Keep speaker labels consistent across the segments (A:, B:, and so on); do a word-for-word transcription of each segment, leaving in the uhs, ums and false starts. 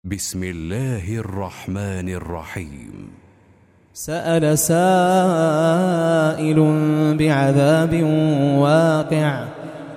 A: بسم الله الرحمن الرحيم.
B: سأل سائل بعذاب واقع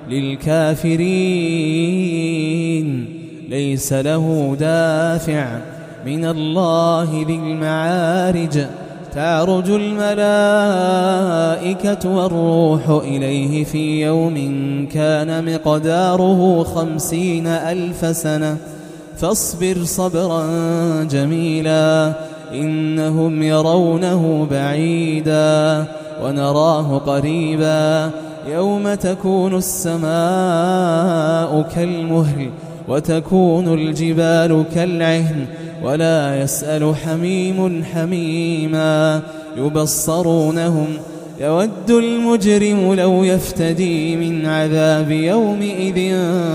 B: للكافرين ليس له دافع من الله ذي المعارج. تعرج الملائكة والروح إليه في يوم كان مقداره خمسين ألف سنة فاصبر صبرا جميلا إنهم يرونه بعيدا ونراه قريبا. يوم تكون السماء كالمهل وتكون الجبال كالعهن ولا يسأل حميم حميما. يبصرونهم يود المجرم لو يفتدي من عذاب يومئذ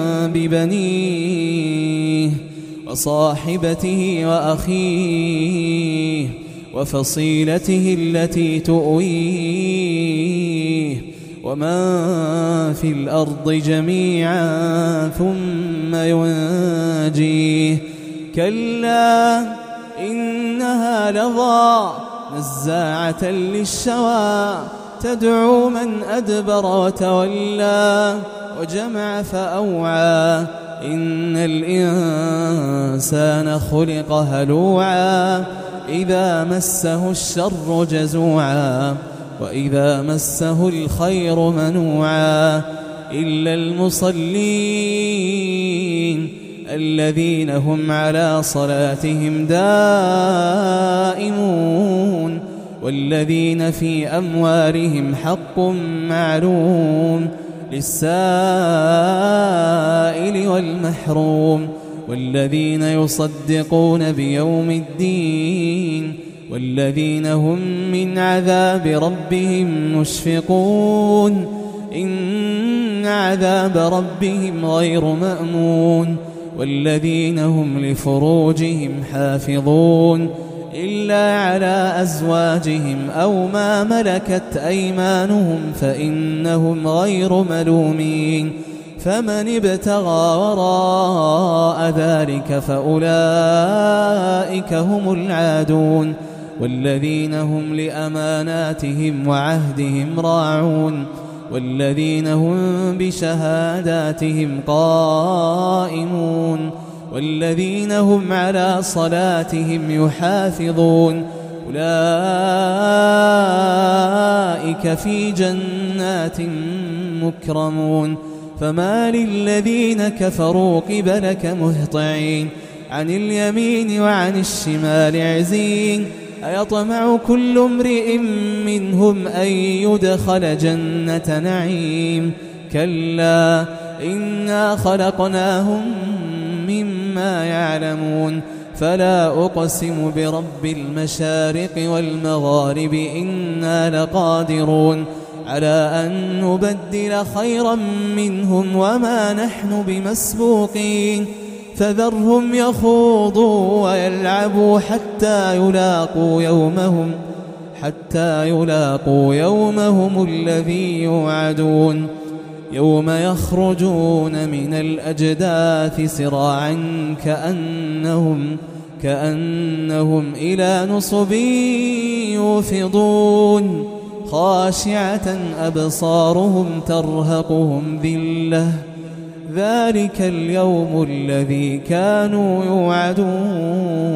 B: ببنيه وصاحبته وأخيه وفصيلته التي تؤويه ومن في الأرض جميعا ثم ينجيه. كلا إنها لظى نزاعة للشوى تدعو من أدبر وتولى وجمع فأوعى. إن الإنسان خلق هلوعا إذا مسه الشر جزوعا وإذا مسه الخير منوعا إلا المصلين الذين هم على صلاتهم دائمون والذين في أموالهم حق معلوم للسائل والمحروم والذين يصدقون بيوم الدين والذين هم من عذاب ربهم مشفقون. إن عذاب ربهم غير مأمون والذين هم لفروجهم حافظون إلا على أزواجهم أو ما ملكت أيمانهم فإنهم غير ملومين. فمن ابتغى وراء ذلك فأولئك هم العادون والذين هم لأماناتهم وعهدهم راعون والذين هم بشهاداتهم قائمون والذين هم على صلاتهم يحافظون. أولئك في جنات مكرمون. فما للذين كفروا قبلك مهطعين عن اليمين وعن الشمال عزين. أيطمع كل امرئ منهم أن يدخل جنة نعيم. كلا إنا خلقناهم مما يعلمون. فلا أقسم برب المشارق والمغارب إنا لقادرون على أن نبدل خيرا منهم وما نحن بمسبوقين. فذرهم يخوضوا ويلعبوا حتى يلاقوا يومهم حتى يلاقوا يومهم الذي يوعدون. يوم يخرجون من الأجداث سراعا كأنهم كأنهم إلى نصب يوفضون خاشعة أبصارهم ترهقهم ذلة ذلك اليوم الذي كانوا يوعدون.